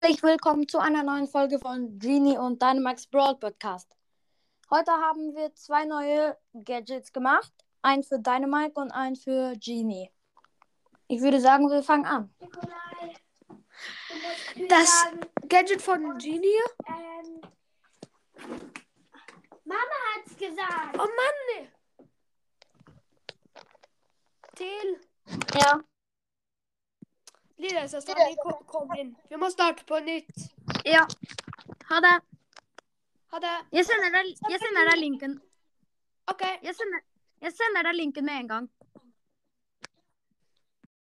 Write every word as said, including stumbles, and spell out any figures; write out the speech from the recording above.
Herzlich willkommen zu einer neuen Folge von Genie und Dynamax Brawl Podcast. Heute haben wir zwei neue Gadgets gemacht. Einen für Dynamite und einen für Genie. Ich würde sagen, wir fangen an. Nikolai, du musst mir Das sagen, Gadget von Genie? ähm, Mama hat's gesagt. Oh Mann! Nee. Till. Ja. Lilla ist das dran. Nee, komm, komm hin. Vi må starte på nytt. Ja. Ha det. Ha det. Jeg sender deg, jeg sender deg linken. OK. Jeg sender, jeg sender deg linken med en gang.